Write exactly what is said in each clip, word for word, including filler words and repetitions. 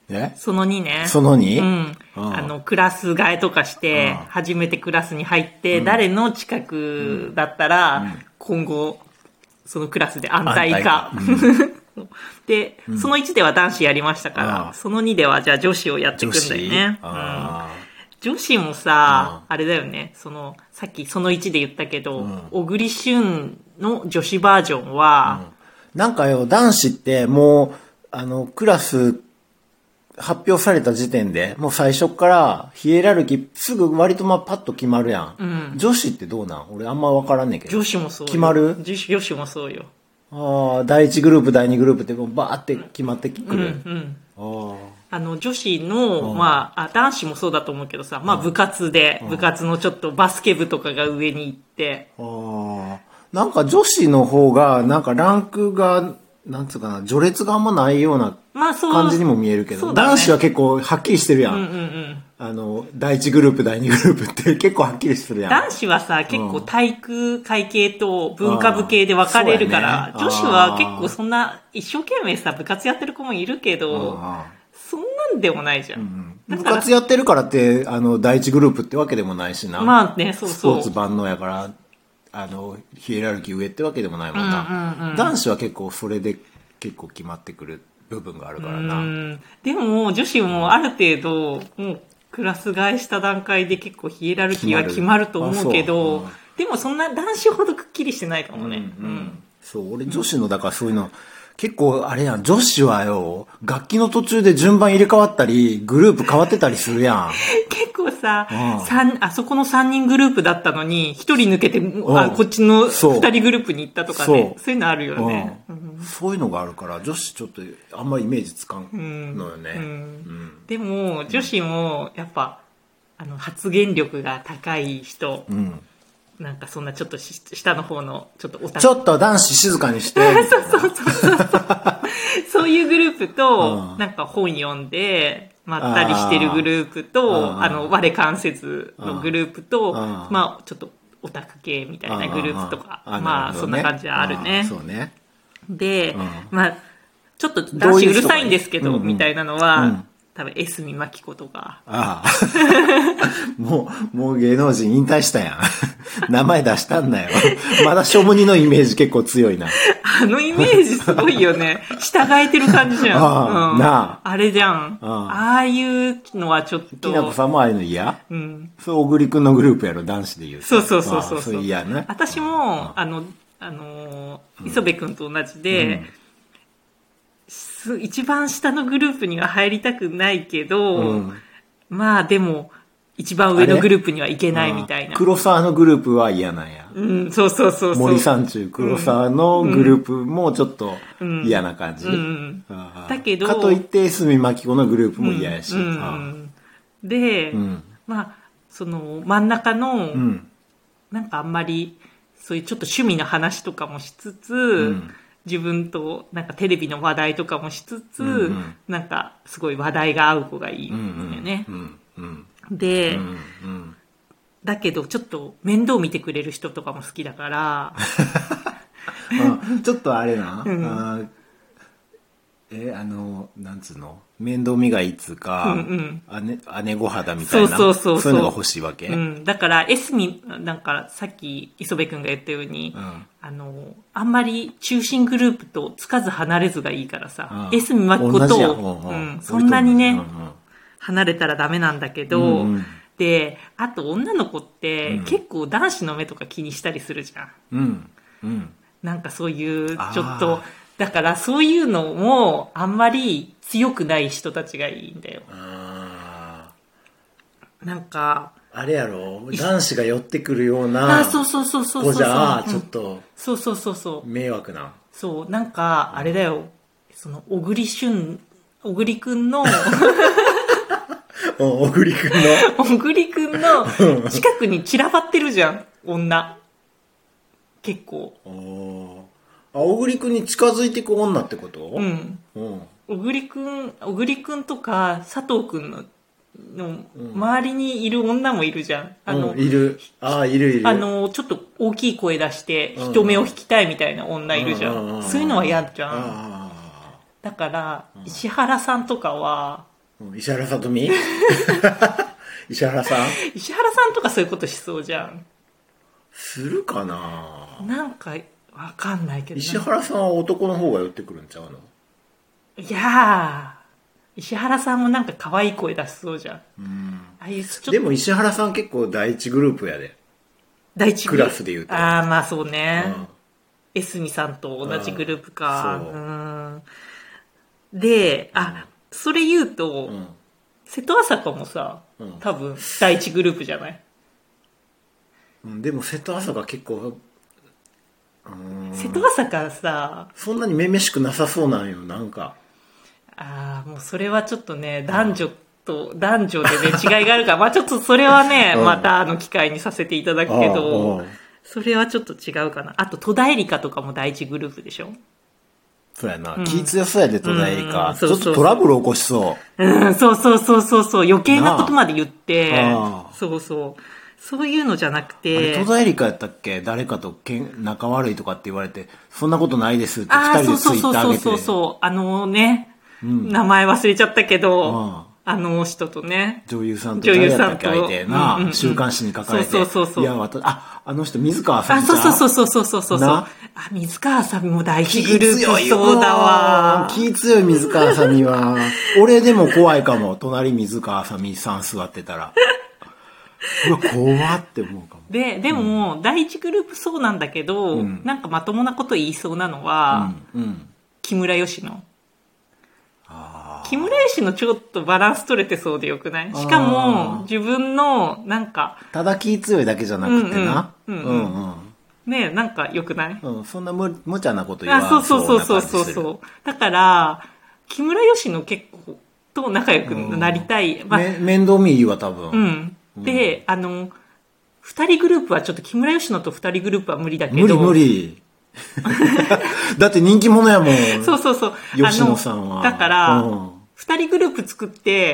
えそのにね。 そのに？ うん。あの、クラス替えとかして、初めてクラスに入って、うん、誰の近くだったら、うん、今後、そのクラスで安泰か。うん、で、うん、そのいちでは男子やりましたから、そのにではじゃあ女子をやっていくんだよね。うん、女子もさ、あれだよね、その、さっきそのいちで言ったけど、小栗旬の女子バージョンは、 うん、なんかよ、男子ってもう、あの、クラス、発表された時点で、もう最初からヒエラルキーすぐ割とまあパッと決まるやん。うん、女子ってどうなん？俺あんま分からんねんけど。 女子もそうよ。 決まる？ 女子、女子もそうよ。 ああ、だいいちグループ、だいにグループってもうバーって決まってくる。 うんうん、ああの、女子の、まあ、あ、男子もそうだと思うけどさ、まあ部活で、部活のちょっとバスケ部とかが上に行って。 ああ、なんか女子の方が、なんかランクが、なんつうかな、序列があんまないような感じにも見えるけど、まあね、男子は結構はっきりしてるやん。うんうんうん、あの、だいいちグループ、だいにグループって結構はっきりしてるやん。 男子はさ、結構体育会系と文化部系で分かれるから、ね、女子は結構そんな一生懸命さ、部活やってる子もいるけど、そんなんでもないじゃん。うんうん、部活やってるからって、あの、だいいちグループってわけでもないしな。 まあね、そうそう。 スポーツ万能やから、あの、ヒエラルキー上ってわけでもないもんな。うんうんうん、男子は結構それで、結構決まってくる部分があるからな。 うんでも女子もある程度もうクラス替えした段階で結構ヒエラルキーは決まると思うけど、うん、でもそんな男子ほどくっきりしてないかもね。うんうんうん、 そう俺女子のだからそういうの結構あれやん、女子はよ楽器の途中で順番入れ替わったりグループ変わってたりするやん。 結構さ、うん、三あそこのさんにんグループだったのにひとり抜けて、うん、あこっちのふたりグループに行ったとかね、そう、そういうのあるよね、 うんうん、そういうのがあるから女子ちょっとあんまりイメージつかんのよね、うんうんうん、 でも女子もやっぱあの発言力が高い人、うんなんかそんなちょっと下の方のちょっとオタクちょっと男子静かにしてそうそうそうそうそういうグループと、うん、なんか本読んでまったりしてるグループとあの我関節のグループとまあちょっとオタク系みたいなグループとかまあそんな感じはあるね。 そうねで、うん、まあちょっと男子うるさいんですけど、うんうん、みたいなのは、うん多分、江角真紀子とか。 ああ。もう、もう芸能人引退したやん。名前出したんだよ。まだしょもにのイメージ結構強いな。 あのイメージすごいよね。従えてる感じじゃん。ああ、うん、なあ。あれじゃん。ああ、ああいうのはちょっと。 きなこさんもああいうの嫌？うん。そう、小栗くんのグループやろ、男子で言う。 そうそうそうそう。 そう嫌ね。 私も、あの、あの、磯部くんと同じで、うん一番下のグループには入りたくないけど、うん、まあでも一番上のグループにはいけないみたいな。 黒沢のグループは嫌なんや。 うん、そうそうそうそう。 森三中黒沢のグループもちょっと嫌な感じ。うんうんうん、だけどかといって住真紀子のグループも嫌やし。うんうん、で、うん、まあその真ん中の、うん、なんかあんまりそういうちょっと趣味の話とかもしつつ。うん自分となんかテレビの話題とかもしつつ、うんうん、なんかすごい話題が合う子がいいんだよね。うんうんうん、で、うんうん、だけどちょっと面倒見てくれる人とかも好きだから、 ちょっとあれな、うん、あえあのなんつうの面倒見がいいつうか、うんうん、姉, 姉御肌みたいなそうそうそうそうそういうのが欲しいわけ、 うん、だからエスミなんかさっき磯部くんが言ったように、うん、あのあんまり中心グループとつかず離れずがいいからさ、うん、エスミ真紀子と、うん、そんなにね、うんうん、離れたらダメなんだけど、うんうん、であと女の子って結構男子の目とか気にしたりするじゃん、うんうん、なんかそういうちょっとだからそういうのもあんまり強くない人たちがいいんだよ。あなんかあれやろ男子が寄ってくるような子じゃちょっとそうそうそうそう迷惑なそうなんかあれだよその小栗旬小栗くんの小栗くんの小栗くんの近くに散らばってるじゃん女結構あ、小栗くんに近づいていく女ってこと？うん。 うん。小栗くん、小栗くんとか佐藤くんの、の周りにいる女もいるじゃん。あの、 うん、いる。ああ、いるいる。 あの、ちょっと大きい声出して人目を引きたいみたいな女いるじゃん。うんうん、そういうのは嫌じゃん。だから、石原さんとかは、 石原さとみ石原さん石原さんとかそういうことしそうじゃん。 するかな。 なんかわかんないけど。 石原さんは男の方が寄ってくるんちゃうの。 いやー、石原さんもなんか可愛い声出しそうじゃん。 うん、 ああいうちょっとでも石原さん結構第一グループやで。 第一グループ。 クラスで言うと。 ああ、まあそうね。うん、エスミさんと同じグループか。うん、で、あ、うん、それ言うと、うん、瀬戸朝香もさ、うん、多分第一グループじゃない。 うん、でも瀬戸朝香結構、 瀬戸朝香さ、 そんなにめめしくなさそうなんよ、なんか。 ああ、もうそれはちょっとね、男女と、男女でね、違いがあるから、まあちょっとそれはね、またあの機会にさせていただくけど、それはちょっと違うかな。あと、戸田恵梨香とかも第一グループでしょ。 そうやな。うん、気強そうやで、戸田恵梨香。ちょっとトラブル起こしそう。 うん、そうそうそうそうそう。余計なことまで言って、そうそう。そういうのじゃなくて。 戸田恵梨香やったっけ、誰かとけん仲悪いとかって言われて、そんなことないですって二人でツイッター上げて。 そうそうそうそう。あのね、うん、名前忘れちゃったけど、あの人とね。 女優さんと誰やったっけ相手な、うんうんうん、週刊誌に書かれて。 そうそうそうそう。 いや、あ、あの人、水川あさみちゃん。 あ、そうそうそうそうそうそうそう。あ、水川あさみも第一グループそうだわ。 気強い水川あさみは。俺でも怖いかも。隣水川あさみさん座ってたら。うわ、怖って思うかも。 で、でも、うん、第一グループそうなんだけど、うん、なんかまともなこと言いそうなのは、うんうん、木村佳乃。木村佳乃ちょっとバランス取れてそうでよくない？しかも、自分の、なんか。 ただ気強いだけじゃなくてな。うんうん。うんうん、 ねえ、なんかよくない？ うん、そんな無、無茶なこと言わない。そうそうそうそうそう。だから、木村佳乃結構と仲良くなりたい。 うん、まあ、面倒見いいわ、多分。 うん。で、あの、二人グループはちょっと木村佳乃と二人グループは無理だけど。 無理無理。だって人気者やもん。 そうそうそう。 吉野さんは。 だから、うん二人グループ作って、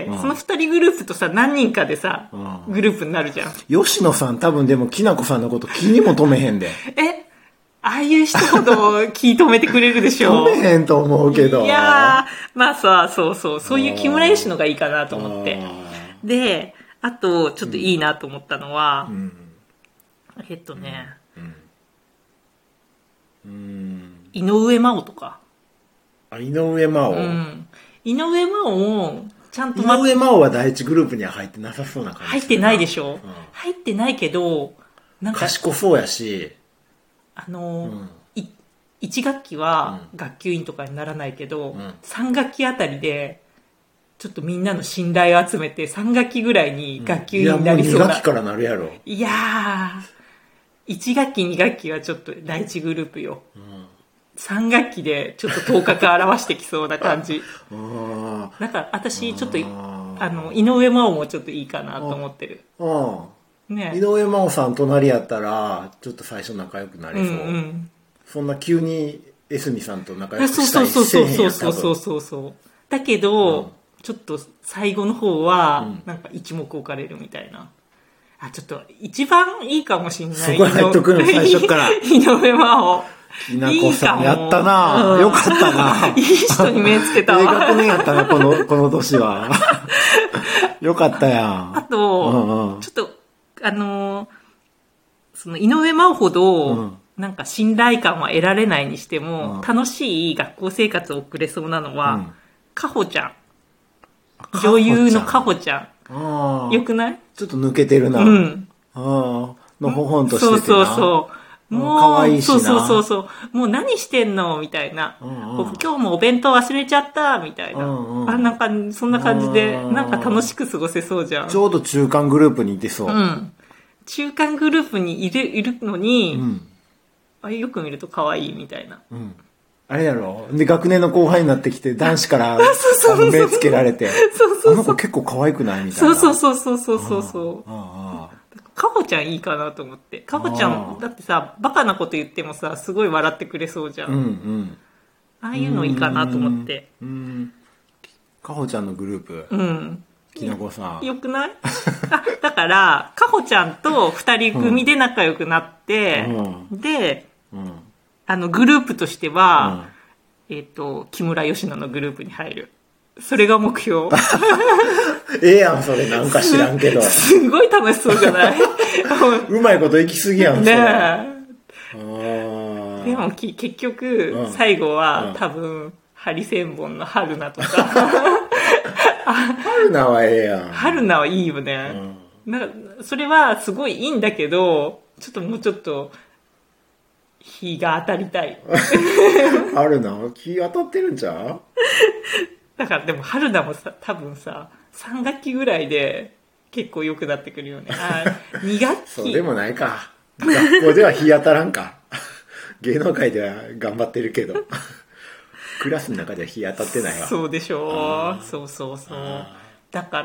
うん、その二人グループとさ、何人かでさ、うん、グループになるじゃん。 吉野さん多分でも、きなこさんのこと気にも留めへんで。 えああいう人ほど気止めてくれるでしょ。 止めへんと思うけど。 いやー、まあさ、そうそう、そういう木村佳乃がいいかなと思って。で、あと、ちょっといいなと思ったのは、うん、えっとね、うんうん、井上真央とか。 あ、井上真央、 うん井上真央も、ちゃんと、 ま、井上真央は第一グループには入ってなさそうな感じ。 入ってないでしょ、うん、入ってないけど、 なんか。賢そうやし。 あの、うん、い、いち学期は学級委員とかにならないけど、うん、さん学期あたりで、ちょっとみんなの信頼を集めて、さん学期ぐらいに学級委員になりそうな。 いや、もうに学期からなるやろ。 いやー、いち学期に学期はちょっと第一グループよ。うんさん学期でちょっと頭角表してきそうな感じ。だから私ちょっとあの井上真央もちょっといいかなと思ってる。 ね、井上真央さん隣やったらちょっと最初仲良くなれそう。うんうん、そんな急に江角さんと仲良くしたりせえへんやん。 そうそうそうそうそう。だけど、うん、ちょっと最後の方はなんか一目置かれるみたいな。あちょっと一番いいかもしれない。 そこ入っとくの最初から。 井上真央。 きなこさんやったな、うん、よかったな。 いい人に目つけたわ。 低学年やったな、この、この年は。よかったやん。 あと、うんうん、ちょっと、あのー、その井上真央ほど、うん、なんか信頼感は得られないにしても、うん、楽しい学校生活を送れそうなのは、うん、かほちゃん。女優のかほちゃん。よくない？ ちょっと抜けてるな。うん。ああ。のほほんとしててな。 そうそうそう。もう、かわいいしな。そうそうそう。もう何してんのみたいな、うんうん。今日もお弁当忘れちゃったみたいな。うんうん、あ、なんか、そんな感じで、なんか楽しく過ごせそうじゃん。 ちょうど中間グループにいてそう。うん。 中間グループにいる、いるのに、うん、あよく見ると可愛いみたいな。うん。 あれやろで、学年の後輩になってきて、男子から目つけられて、そうそうそうあの子結構可愛くないみたいな。 そうそうそうそうそうそう。ああかほちゃんいいかなと思って。かほちゃん、だってさ、バカなこと言ってもさ、すごい笑ってくれそうじゃん。うんうん。ああいうのいいかなと思って。うん。 かほちゃんのグループ。うん。きなこさん。 よくないあだから、かほちゃんと二人組で仲良くなって、うん、で、うん、あの、グループとしては、うん、えっと、木村佳乃のグループに入る。 それが目標。 ええやん、それなんか知らんけど。 すんごい楽しそうじゃない？ うまいこといきすぎやん、それ。 ねえ。でもき結局、うん、最後は、うん、多分、ハリセンボンの春菜とか。 春菜はええやん。 春菜はいいよね。うん、なんかそれはすごいいいんだけど、ちょっともうちょっと、日が当たりたい。 春菜は日当たってるんちゃう？ だからでも春菜もさ、多分さ、さん学期ぐらいで結構良くなってくるよね。あ、に学期。 そうでもないか。学校では日当たらんか。芸能界では頑張ってるけど。クラスの中では日当たってないわ。 そうでしょう。そうそうそう。だから、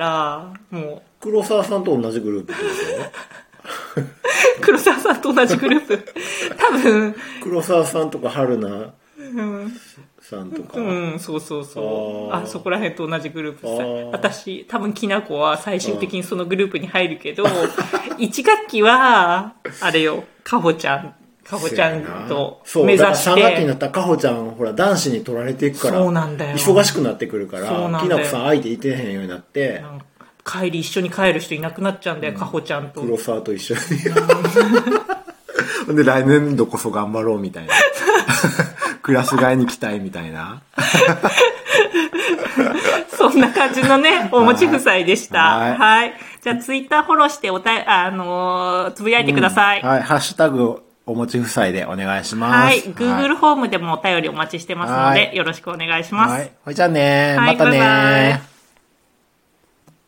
もう。 黒沢さんと同じグループってこと黒沢さんと同じグループ。多分。 黒沢さんとか春菜さんとか。 うん、うん、そうそうそう。あ、そこら辺と同じグループさ。私、多分きなこは最終的にそのグループに入るけど、いち学期は、あれよ、かほちゃん。かほちゃんと目指して。 さん学期になったらかほちゃん、ほら、男子に取られていくから。 そうなんだよ。 忙しくなってくるから、きなこさん相手いてへんようになって。 帰り一緒に帰る人いなくなっちゃうんだよ、かほちゃんと。 黒沢と一緒に。で、来年度こそ頑張ろうみたいな。クラス替えに来たいみたいな。 そんな感じのね、おもち夫妻でした。はい。はい。じゃあ、ツイッターフォローしておた、あのー、つぶやいてください。 うん、はい。ハッシュタグ、おもち夫妻でお願いします。 はい。Google ホームでもお便りお待ちしてますので、よろしくお願いします。はい。 ほいじゃあね、はい、またね。バイバイ。